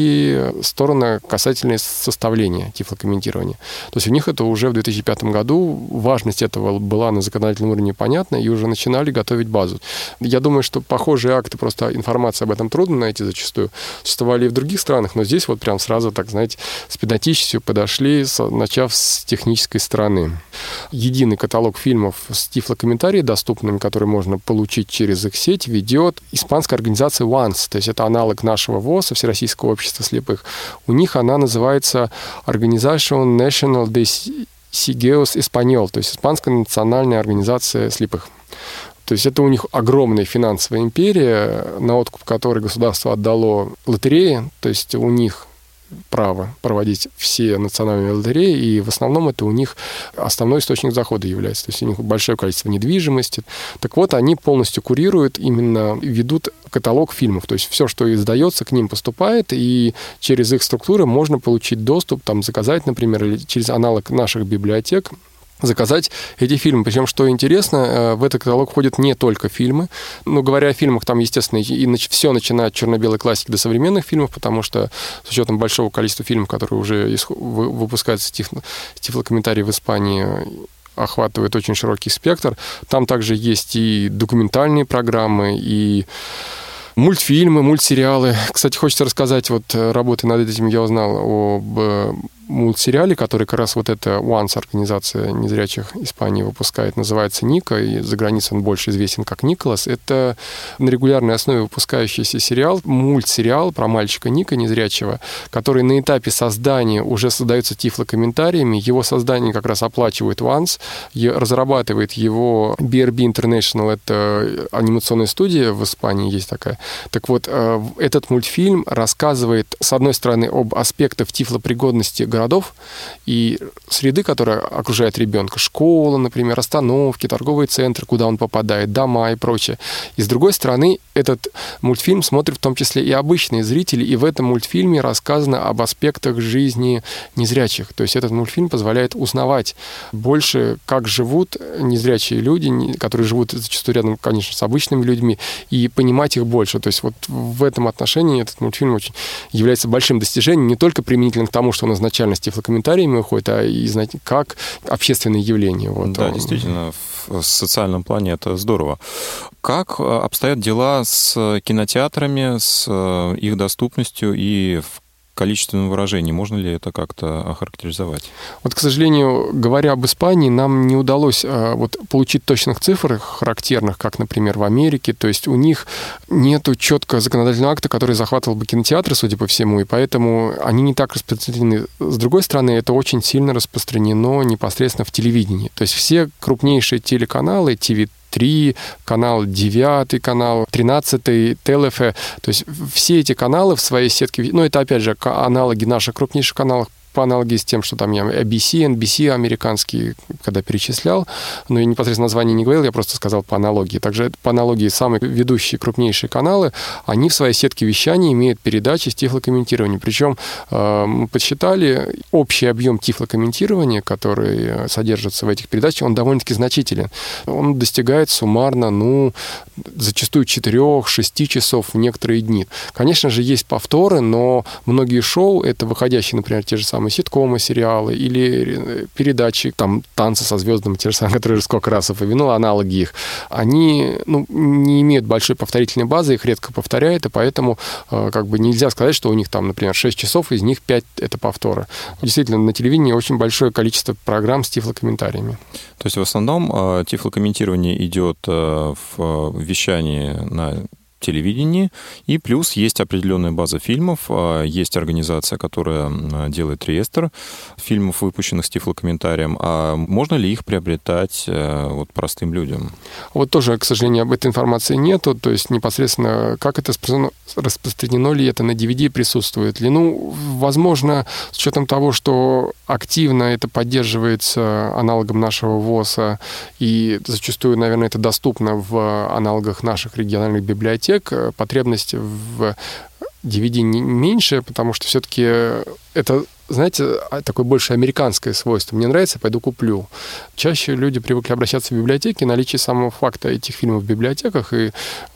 и стороны касательные составления тифлокомментирования. То есть у них это уже в две тысячи пятом году, важность этого была на законодательном уровне понятна, и уже начинали готовить базу. Я думаю, что похожие акты, просто информация об этом трудно найти зачастую, существовали и в других странах, но здесь вот прям сразу, так знаете, с педантичностью подошли, начав с технической стороны. Единый каталог фильмов с тифлокомментариями доступными, которые можно получить через их сеть, ведет испанская организация уанс, то есть это аналог нашего ВОСа, Всероссийского общества слепых. У них она называется Organización Nacional de Ciegos Español, то есть Испанская национальная организация слепых. То есть это у них огромная финансовая империя, на откуп которой государство отдало лотереи, то есть у них право проводить все национальные лотереи, и в основном это у них основной источник захода является. То есть у них большое количество недвижимости. Так вот, они полностью курируют, именно ведут каталог фильмов. То есть все, что издается, к ним поступает, и через их структуры можно получить доступ, там, заказать, например, или через аналог наших библиотек, заказать эти фильмы. Причем, что интересно, в этот каталог входят не только фильмы. Ну, говоря о фильмах, там, естественно, и все начиная от черно-белой классики до современных фильмов, потому что с учетом большого количества фильмов, которые уже выпускаются с тифлокомментариев в Испании, охватывает очень широкий спектр. Там также есть и документальные программы, и мультфильмы, мультсериалы. Кстати, хочется рассказать, вот работая над этим, я узнал об мультсериале, который как раз вот эта уанс, организация незрячих Испании, выпускает, называется «Ника», и за границей он больше известен как «Николас». Это на регулярной основе выпускающийся сериал, мультсериал про мальчика Ника, незрячего, который на этапе создания уже создается тифлокомментариями. Его создание как раз оплачивает уанс, разрабатывает его би ар би International, это анимационная студия в Испании есть такая. Так вот, этот мультфильм рассказывает, с одной стороны, об аспектах тифлопригодности городов и среды, которая окружает ребенка. Школа, например, остановки, торговые центры, куда он попадает, дома и прочее. И с другой стороны, этот мультфильм смотрят в том числе и обычные зрители, и в этом мультфильме рассказано об аспектах жизни незрячих. То есть этот мультфильм позволяет узнавать больше, как живут незрячие люди, которые живут зачастую рядом, конечно, с обычными людьми, и понимать их больше. То есть вот в этом отношении этот мультфильм очень является большим достижением, не только применительно к тому, что он изначально с тифлокомментариями уходит, а и знать, как общественное явление. Вот. Да, действительно, в социальном плане это здорово. Как обстоят дела с кинотеатрами, с их доступностью и в количественном выражении? Можно ли это как-то охарактеризовать? Вот, к сожалению, говоря об Испании, нам не удалось а, вот, получить точных цифр характерных, как, например, в Америке. То есть у них нету четкого законодательного акта, который захватывал бы кинотеатры, судя по всему, и поэтому они не так распространены. С другой стороны, это очень сильно распространено непосредственно в телевидении. То есть все крупнейшие телеканалы, ти ви три, канал девятый канал, тринадцатый, Телефе. То есть все эти каналы в своей сетке, ну, это, опять же, аналоги наших крупнейших каналов, по аналогии с тем, что там я эй би си, эн би си американские, когда перечислял, но я непосредственно название не говорил, я просто сказал по аналогии. Также по аналогии самые ведущие крупнейшие каналы, они в своей сетке вещания имеют передачи с тифлокомментированием. Причем э, мы подсчитали, общий объем тифлокомментирования, который содержится в этих передачах, он довольно-таки значителен. Он достигает суммарно, ну, зачастую четырех-шести часов в некоторые дни. Конечно же, есть повторы, но многие шоу, это выходящие, например, те же самые там и ситкомы, сериалы, или передачи, там, «Танцы со звездами», те же самые, которые сколько раз упомянул, аналоги их, они, ну, не имеют большой повторительной базы, их редко повторяют, и поэтому э, как бы нельзя сказать, что у них там, например, шесть часов, из них пять — это повторы. Действительно, на телевидении очень большое количество программ с тифлокомментариями. То есть в основном э, тифлокомментирование идет э, в вещании на телевидении, и плюс есть определенная база фильмов, есть организация, которая делает реестр фильмов, выпущенных с тифлокомментарием. А можно ли их приобретать вот простым людям? Вот тоже, к сожалению, об этой информации нету, то есть непосредственно как это распространено, распространено ли это на ди ви ди, присутствует ли. Ну, возможно, с учетом того, что активно это поддерживается аналогом нашего ВОСа, и зачастую, наверное, это доступно в аналогах наших региональных библиотек, потребность в ди ви ди меньше, потому что все-таки это, знаете, такое больше американское свойство. Мне нравится, пойду куплю. Чаще люди привыкли обращаться в библиотеки, наличие самого факта этих фильмов в библиотеках и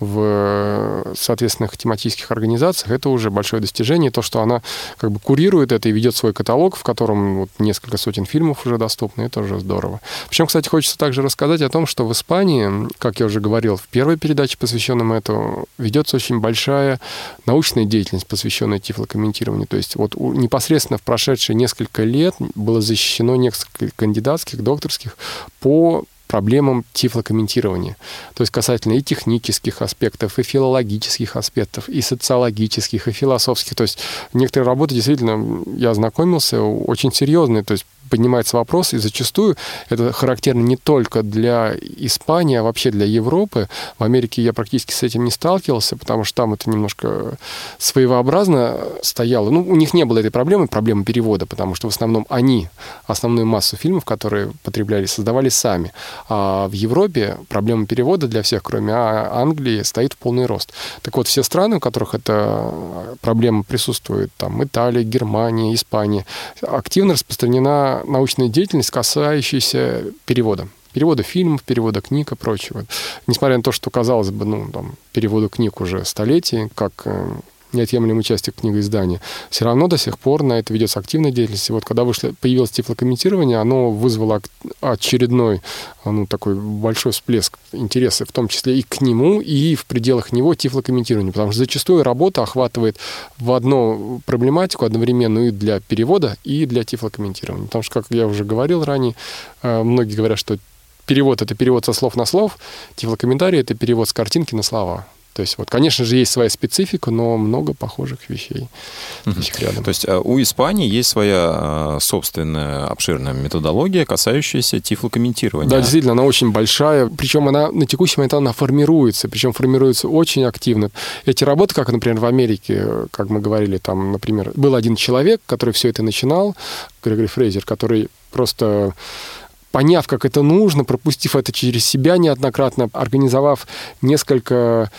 в соответственных тематических организациях — это уже большое достижение. То, что она как бы курирует это и ведет свой каталог, в котором вот несколько сотен фильмов уже доступны, это уже здорово. Причем, кстати, хочется также рассказать о том, что в Испании, как я уже говорил, в первой передаче, посвященной этому, ведется очень большая научная деятельность, посвященная тифлокомментированию. То есть вот непосредственно в прошедшие несколько лет было защищено несколько кандидатских, докторских по проблемам тифлокомментирования. То есть касательно и технических аспектов, и филологических аспектов, и социологических, и философских. То есть некоторые работы действительно, я ознакомился, очень серьезные. То есть поднимается вопрос, и зачастую это характерно не только для Испании, а вообще для Европы. В Америке я практически с этим не сталкивался, потому что там это немножко своеобразно стояло. Ну, у них не было этой проблемы, проблемы перевода, потому что в основном они основную массу фильмов, которые потребляли, создавали сами. А в Европе проблема перевода для всех, кроме Англии, стоит в полный рост. Так вот, все страны, у которых эта проблема присутствует, там Италия, Германия, Испания, активно распространена научная деятельность, касающаяся перевода. Перевода фильмов, перевода книг и прочего. Несмотря на то, что, казалось бы, ну, там, переводу книг уже столетий, как э, неотъемлемый частик книгоиздания, все равно до сих пор на это ведется активная деятельность. И вот когда вышло, появилось тифлокомментирование, оно вызвало очередной, ну, такой большой всплеск интереса, в том числе и к нему, и в пределах него тифлокомментирование. Потому что зачастую работа охватывает в одну проблематику одновременно и для перевода, и для тифлокомментирования. Потому что, как я уже говорил ранее, многие говорят, что перевод — это перевод со слов на слов, тифлокомментарий — это перевод с картинки на слова. То есть, вот, конечно же, есть своя специфика, но много похожих вещей mm-hmm. рядом. То есть у Испании есть своя собственная обширная методология, касающаяся тифлокомментирования. Да, действительно, она очень большая. Причем она на текущий момент она формируется, причем формируется очень активно. Эти работы, как, например, в Америке, как мы говорили, там, например, был один человек, который все это начинал, Грегори Фрейзер, который просто, поняв, как это нужно, пропустив это через себя неоднократно, организовав несколько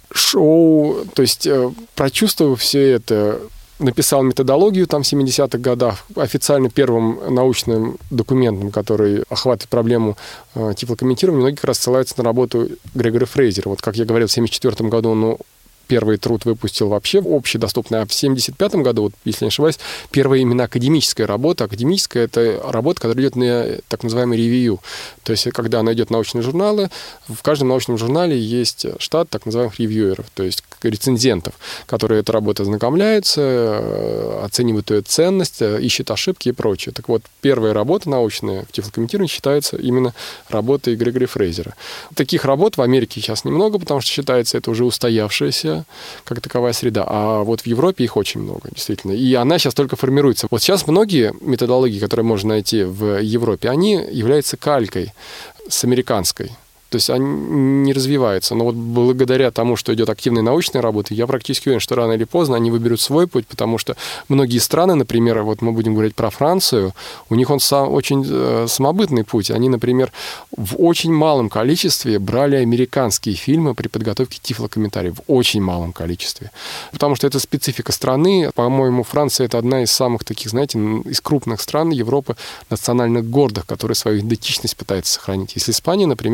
шоу, то есть прочувствовав все это, написал методологию там в семидесятых годах, официально первым научным документом, который охватывает проблему э, тифлокомментирования, многие как раз ссылаются на работу Грегори Фрейзера. Вот, как я говорил, в семьдесят четвёртом году он первый труд выпустил вообще общедоступный, а в семьдесят пятом году, вот, если не ошибаюсь, первая именно академическая работа. Академическая — это работа, которая идет на так называемый ревью. То есть, когда она идет в научные журналы, в каждом научном журнале есть штат так называемых ревьюеров, то есть рецензентов, которые эту работу ознакомляются, оценивают ее ценность, ищут ошибки и прочее. Так вот, первая работа научная в тифлокомментировании считается именно работой Грегори Фрейзера. Таких работ в Америке сейчас немного, потому что считается это уже устоявшаяся как таковая среда. А вот в Европе их очень много, действительно. И она сейчас только формируется. Вот сейчас многие методологии, которые можно найти в Европе, они являются калькой с американской. То есть они не развиваются. Но вот благодаря тому, что идет активная научная работа, я практически уверен, что рано или поздно они выберут свой путь, потому что многие страны, например, вот мы будем говорить про Францию, у них он сам, очень э, самобытный путь. Они, например, в очень малом количестве брали американские фильмы при подготовке тифлокомментариев. В очень малом количестве. Потому что это специфика страны. По-моему, Франция — это одна из самых таких, знаете, из крупных стран Европы, национально гордых, которые свою идентичность пытаются сохранить. Если Испания, например, она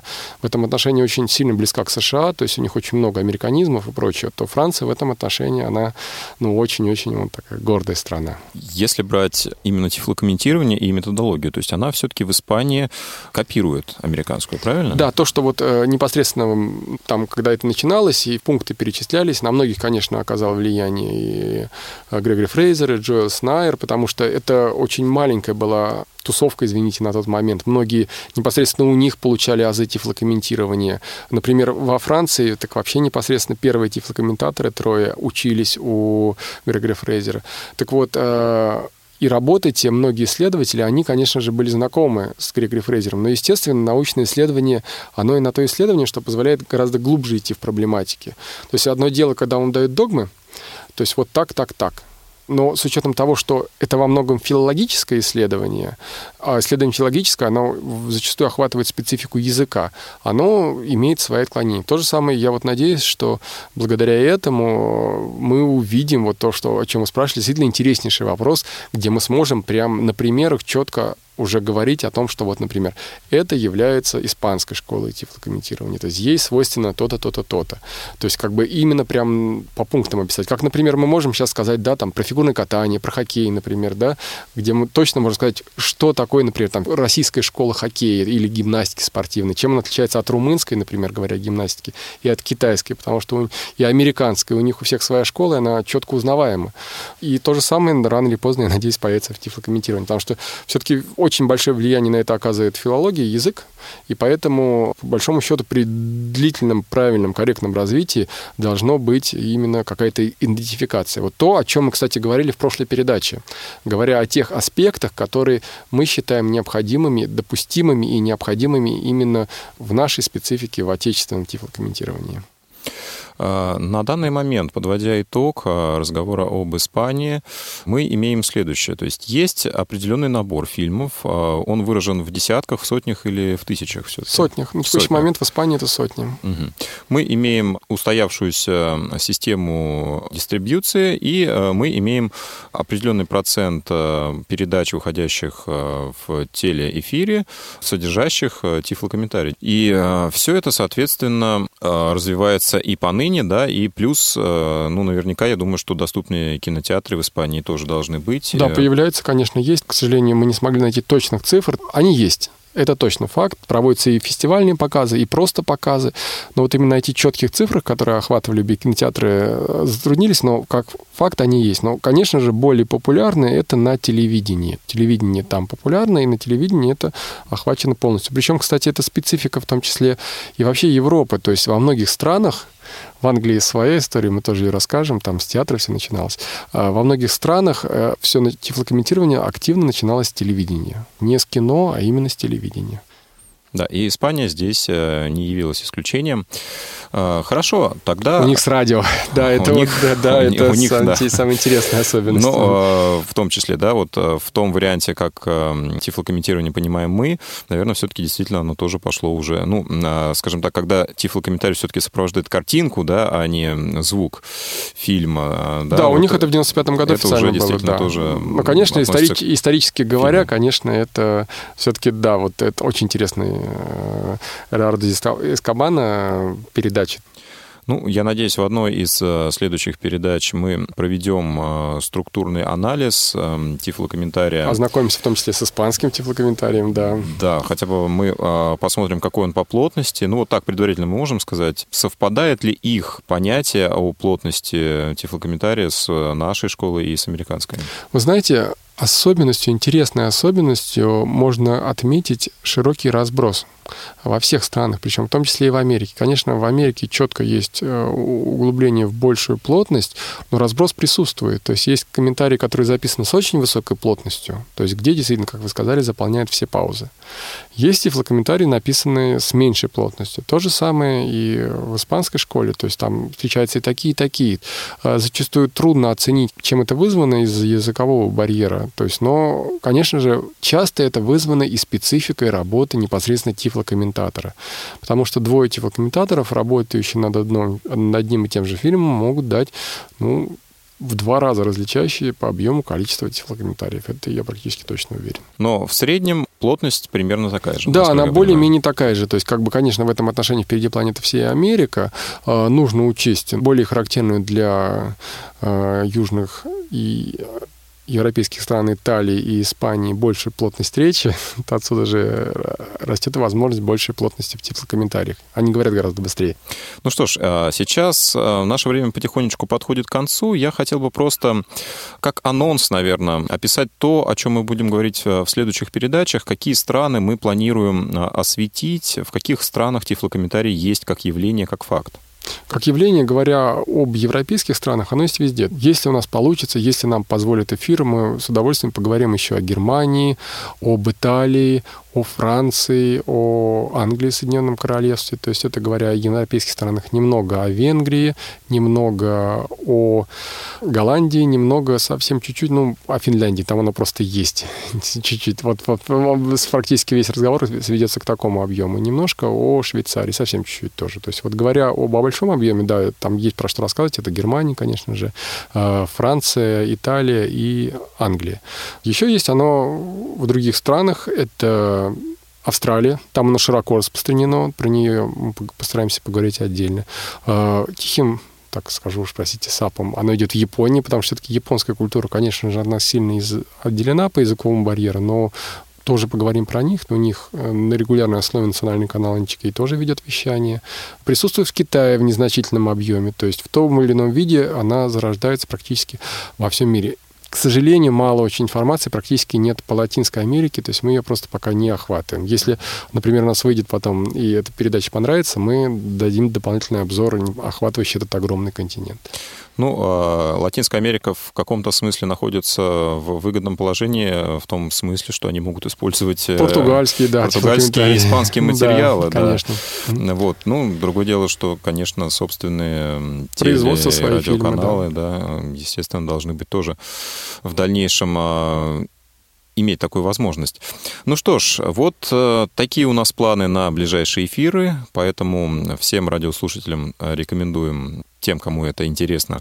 в этом отношении очень сильно близка к США, то есть у них очень много американизмов и прочего, то Франция в этом отношении, она, ну, очень-очень вот такая гордая страна. Если брать именно тифлокомментирование и методологию, то есть она все-таки в Испании копирует американскую, правильно? Да, то, что вот э, непосредственно там, когда это начиналось, и пункты перечислялись, на многих, конечно, оказало влияние и Грегори Фрейзер, и Джоэл Снайер, потому что это очень маленькая была тусовка, извините, на тот момент. Многие непосредственно у них получали азы тифлокомментирования. Например, во Франции так вообще непосредственно первые тифлокомментаторы, трое, учились у Грегори Фрейзера. Так вот, э, и работы те, многие исследователи, они, конечно же, были знакомы с Грегори Фрейзером. Но, естественно, научное исследование, оно и на то исследование, что позволяет гораздо глубже идти в проблематике. То есть одно дело, когда он дает догмы, то есть вот так, так, так. Но с учетом того, что это во многом филологическое исследование, а исследование филологическое, оно зачастую охватывает специфику языка, оно имеет свои отклонения. То же самое, я вот надеюсь, что благодаря этому мы увидим вот то, что, о чем вы спрашивали, действительно интереснейший вопрос, где мы сможем прям на примерах четко уже говорить о том, что вот, например, это является испанской школой тифлокомментирования. То есть ей свойственно то-то, то-то, то-то. То есть как бы именно прям по пунктам описать. Как, например, мы можем сейчас сказать, да, там, про фигурное катание, про хоккей, например, да, где мы точно можем сказать, что такое, например, там, российская школа хоккея или гимнастики спортивной, чем она отличается от румынской, например, говоря о гимнастике, и от китайской, потому что у, и американской, у них у всех своя школа, и она четко узнаваема. И то же самое рано или поздно, я надеюсь, появится в тифлокомментировании, потому что все-таки очень большое влияние на это оказывает филология, язык, и поэтому, по большому счету, при длительном, правильном, корректном развитии должно быть именно какая-то идентификация. Вот то, о чем мы, кстати, говорили в прошлой передаче, говоря о тех аспектах, которые мы считаем необходимыми, допустимыми и необходимыми именно в нашей специфике в отечественном тифлокомментировании. На данный момент, подводя итог разговора об Испании, мы имеем следующее. То есть есть определенный набор фильмов. Он выражен в десятках, в сотнях или в тысячах все-таки? В сотнях. На текущий момент в Испании это сотни. Угу. Мы имеем устоявшуюся систему дистрибьюции, и мы имеем определенный процент передач, выходящих в телеэфире, содержащих тифлокомментарий. И все это, соответственно, развивается и поныне, да, и плюс, ну, наверняка, я думаю, что доступные кинотеатры в Испании тоже должны быть. Да, появляются, конечно, есть. К сожалению, мы не смогли найти точных цифр. Они есть. Это точно факт. Проводятся и фестивальные показы, и просто показы. Но вот именно найти четких цифр, которые охватывали бы кинотеатры, затруднились, но как факт они есть. Но, конечно же, более популярны это на телевидении. Телевидение там популярно, и на телевидении это охвачено полностью. Причем, кстати, это специфика в том числе и вообще Европы. То есть во многих странах, в Англии своя история, мы тоже ее расскажем, там с театра все начиналось. Во многих странах все тифлокомментирование активно начиналось с телевидения. Не с кино, а именно с телевидения. Да, и Испания здесь не явилась исключением. Хорошо, тогда... У них с радио. Да, это у вот, них, да, да, у это них, сам, да. самая интересная особенность. Но в том числе, да, вот в том варианте, как тифлокомментирование понимаем мы, наверное, все-таки действительно оно тоже пошло уже, ну, скажем так, когда тифлокомментарий все-таки сопровождает картинку, да, а не звук фильма. Да, да вот у них это в девяносто пятом году это официально уже было. действительно Да. тоже Ну, конечно, историч, исторически говоря, фильму. конечно, это все-таки, да, вот это очень интересный Эдуардо Эскобана передачи. Ну, я надеюсь, в одной из следующих передач мы проведем структурный анализ тифлокомментария. Ознакомимся в том числе с испанским тифлокомментарием, да. Да, хотя бы мы посмотрим, какой он по плотности. Ну, вот так предварительно мы можем сказать, совпадает ли их понятие о плотности тифлокомментария с нашей школой и с американской? Вы знаете, особенностью, интересной особенностью можно отметить широкий разброс во всех странах, причем в том числе и в Америке. Конечно, в Америке четко есть углубление в большую плотность, но разброс присутствует. То есть есть комментарии, которые записаны с очень высокой плотностью, то есть где действительно, как вы сказали, заполняют все паузы. Есть тифлокомментарии, написанные с меньшей плотностью. То же самое и в испанской школе, то есть там встречаются и такие, и такие. Зачастую трудно оценить, чем это вызвано из-за языкового барьера. То есть, но, конечно же, часто это вызвано и спецификой работы непосредственно тифлокомментатора. Потому что двое тифлокомментаторов, работающие над, одном, над одним и тем же фильмом, могут дать, ну, в два раза различающие по объему количество тифлокомментариев. Это я практически точно уверен. Но в среднем плотность примерно такая же. Да, она более-менее такая же. То есть, как бы, конечно, в этом отношении впереди планеты всей Америка. Э, нужно учесть более характерную для э, южных и европейских стран Италии и Испании большую плотность речи. Отсюда же растет возможность большей плотности в тифлокомментариях. Они говорят гораздо быстрее. Ну что ж, сейчас наше время потихонечку подходит к концу. Я хотел бы просто, как анонс, наверное, описать то, о чем мы будем говорить в следующих передачах, какие страны мы планируем осветить, в каких странах тифлокомментарий есть как явление, как факт. Как явление, говоря об европейских странах, оно есть везде. Если у нас получится, если нам позволит эфир, мы с удовольствием поговорим еще о Германии, об Италии, о Франции, о Англии, Соединенном Королевстве. То есть это говоря о европейских странах, немного о Венгрии, немного о Голландии, немного совсем чуть-чуть, ну, о Финляндии. Там оно просто есть. Чуть-чуть. Вот, вот практически весь разговор сведется к такому объему. Немножко о Швейцарии, совсем чуть-чуть тоже. То есть вот говоря об большом объеме, да, там есть про что рассказать. Это Германия, конечно же, Франция, Италия и Англия. Еще есть оно в других странах. Это Австралия, там оно широко распространено, про нее мы постараемся поговорить отдельно. Тихим, так скажу уж, простите, сапом, оно идет в Японии, потому что все-таки японская культура, конечно же, она сильно из... отделена по языковому барьеру, но тоже поговорим про них. У них на регулярной основе национальный канал эн эйч кей тоже ведет вещание. Присутствует в Китае в незначительном объеме, то есть в том или ином виде она зарождается практически во всем мире. К сожалению, мало очень информации, практически нет по Латинской Америке, то есть мы ее просто пока не охватываем. Если, например, у нас выйдет потом, и эта передача понравится, мы дадим дополнительный обзор, охватывающий этот огромный континент. Ну, Латинская Америка в каком-то смысле находится в выгодном положении, в том смысле, что они могут использовать португальские, да, португальские и испанские материалы. Да, конечно. Да. Вот. Ну, другое дело, что, конечно, собственные производство теле- и радиоканалы, фильмы, да. да, естественно, должны быть тоже в дальнейшем иметь такую возможность. Ну что ж, вот э, такие у нас планы на ближайшие эфиры, поэтому всем радиослушателям рекомендуем, тем, кому это интересно,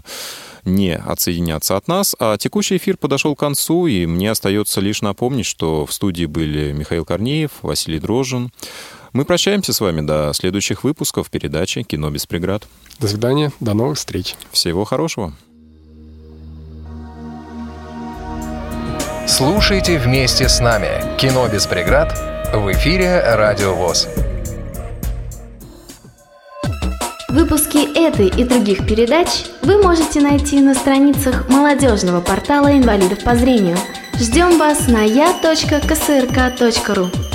не отсоединяться от нас. А текущий эфир подошел к концу, и мне остается лишь напомнить, что в студии были Михаил Корнеев, Василий Дрожжин. Мы прощаемся с вами до следующих выпусков передачи «Кино без преград». До свидания, до новых встреч. Всего хорошего. Слушайте вместе с нами «Кино без преград» в эфире Радио ВОС. Выпуски этой и других передач вы можете найти на страницах молодежного портала инвалидов по зрению. Ждем вас на я точка ка эс эр ка точка ру.